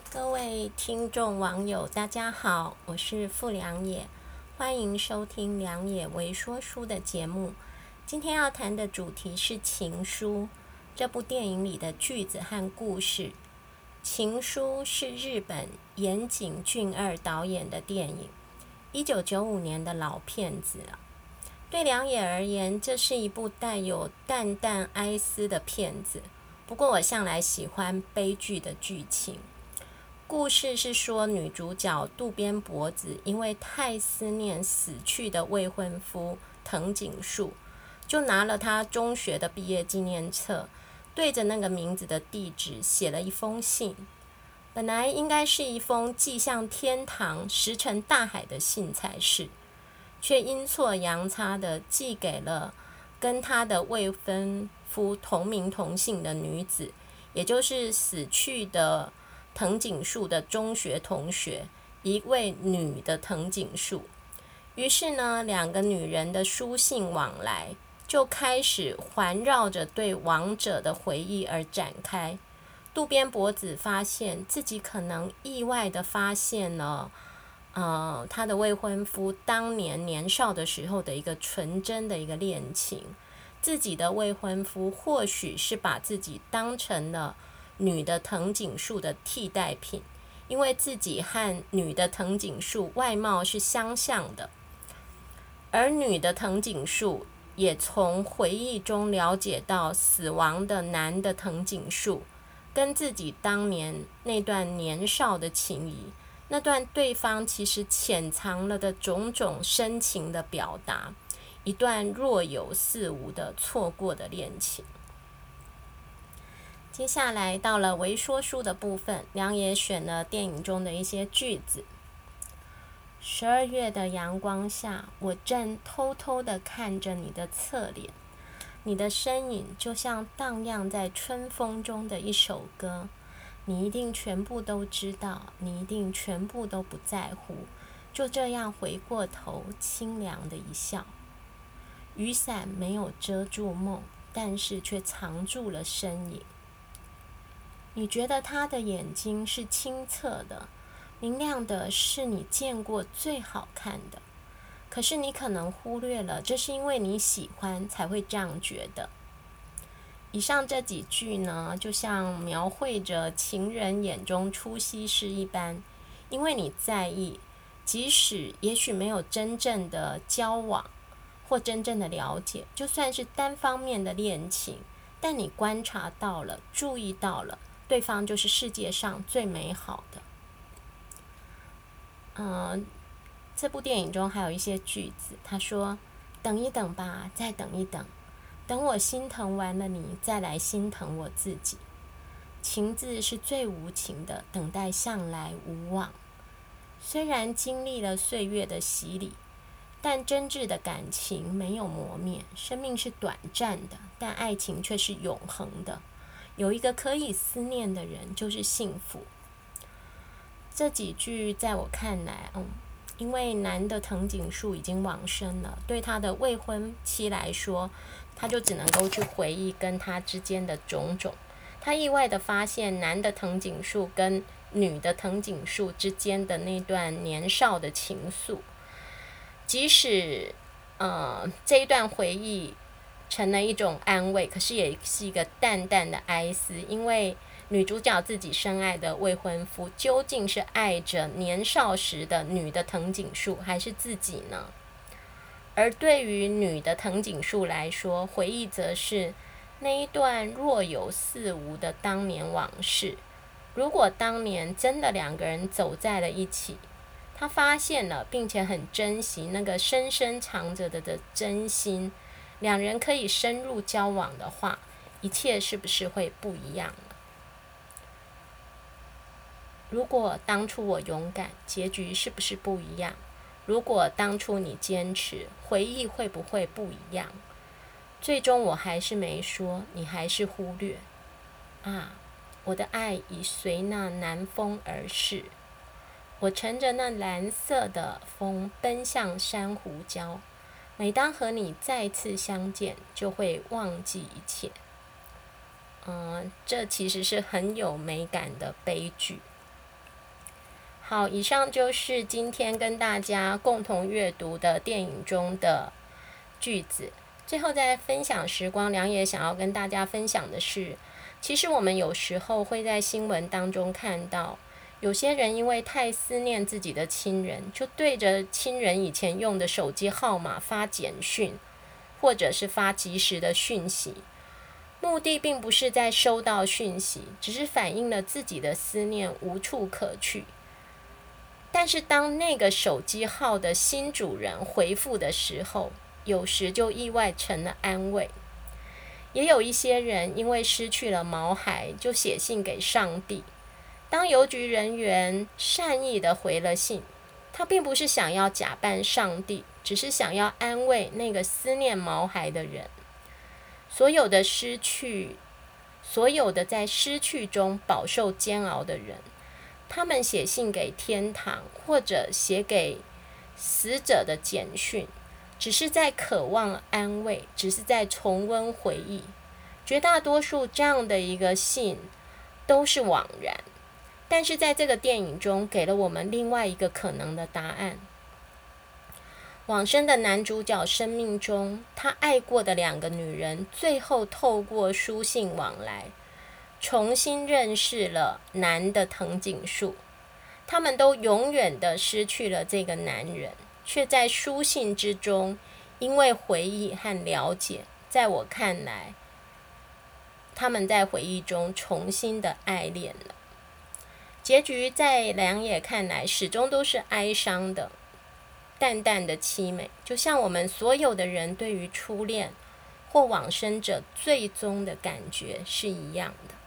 各位听众网友，大家好，我是傅良也，欢迎收听良也微说书的节目。今天要谈的主题是《情书》这部电影里的句子和故事。《情书》是日本岩井俊二导演的电影，1995年的老片子了。对良也而言，这是一部带有淡淡哀思的片子。不过我向来喜欢悲剧的剧情。故事是说，女主角渡边博子因为太思念死去的未婚夫藤井树，就拿了她中学的毕业纪念册，对着那个名字的地址写了一封信。本来应该是一封寄向天堂、石沉大海的信才是，却阴错阳差的寄给了跟她的未婚夫同名同姓的女子，也就是死去的藤井树的中学同学，一位女的藤井树。于是呢，两个女人的书信往来就开始环绕着对亡者的回忆而展开。渡边博子发现自己可能意外的发现了他的未婚夫当年年少的时候的一个纯真的一个恋情。自己的未婚夫或许是把自己当成了女的藤井树的替代品，因为自己和女的藤井树外貌是相像的，而女的藤井树也从回忆中了解到死亡的男的藤井树跟自己当年那段年少的情谊，那段对方其实潜藏了的种种深情的表达，一段若有似无的错过的恋情。接下来到了微说书的部分，良也选了电影中的一些句子。12月的阳光下，我正偷偷地看着你的侧脸，你的身影就像荡漾在春风中的一首歌，你一定全部都知道，你一定全部都不在乎，就这样回过头，清凉的一笑。雨伞没有遮住梦，但是却藏住了身影。你觉得他的眼睛是清澈的，明亮的，是你见过最好看的。可是你可能忽略了，这是因为你喜欢才会这样觉得。以上这几句呢，就像描绘着情人眼中出西施一般，因为你在意，即使也许没有真正的交往或真正的了解，就算是单方面的恋情，但你观察到了，注意到了，对方就是世界上最美好的。这部电影中还有一些句子，他说：等一等吧，再等一等，等我心疼完了你，再来心疼我自己。情字是最无情的，等待向来无望。虽然经历了岁月的洗礼，但真挚的感情没有磨灭。生命是短暂的，但爱情却是永恒的。有一个可以思念的人，就是幸福。这几句在我看来，因为男的藤井树已经往生了，对他的未婚妻来说，他就只能够去回忆跟他之间的种种。他意外的发现，男的藤井树跟女的藤井树之间的那段年少的情愫，即使这一段回忆成了一种安慰，可是也是一个淡淡的哀思，因为女主角自己深爱的未婚夫究竟是爱着年少时的女的藤井树，还是自己呢？而对于女的藤井树来说，回忆则是那一段若有似无的当年往事。如果当年真的两个人走在了一起，他发现了并且很珍惜那个深深藏着的真心，两人可以深入交往的话，一切是不是会不一样呢？如果当初我勇敢，结局是不是不一样？如果当初你坚持，回忆会不会不一样？最终我还是没说，你还是忽略。我的爱已随那南风而逝，我乘着那蓝色的风奔向珊瑚礁。每当和你再次相见，就会忘记一切。这其实是很有美感的悲剧。 好，以上就是今天跟大家共同阅读的电影中的句子。最后在分享时光，良也想要跟大家分享的是，其实我们有时候会在新闻当中看到，有些人因为太思念自己的亲人，就对着亲人以前用的手机号码发简讯，或者是发即时的讯息，目的并不是在收到讯息，只是反映了自己的思念无处可去。但是当那个手机号的新主人回复的时候，有时就意外成了安慰。也有一些人因为失去了毛孩，就写信给上帝。当邮局人员善意的回了信，他并不是想要假扮上帝，只是想要安慰那个思念毛孩的人。所有的在失去中饱受煎熬的人，他们写信给天堂，或者写给死者的简讯，只是在渴望安慰，只是在重温回忆。绝大多数这样的一个信都是枉然，但是在这个电影中给了我们另外一个可能的答案。往生的男主角生命中，他爱过的2个女人，最后透过书信往来，重新认识了男的藤井树。他们都永远的失去了这个男人，却在书信之中，因为回忆和了解，在我看来，他们在回忆中重新的爱恋了。结局在良也看来，始终都是哀伤的，淡淡的凄美，就像我们所有的人对于初恋或往生者最终的感觉是一样的。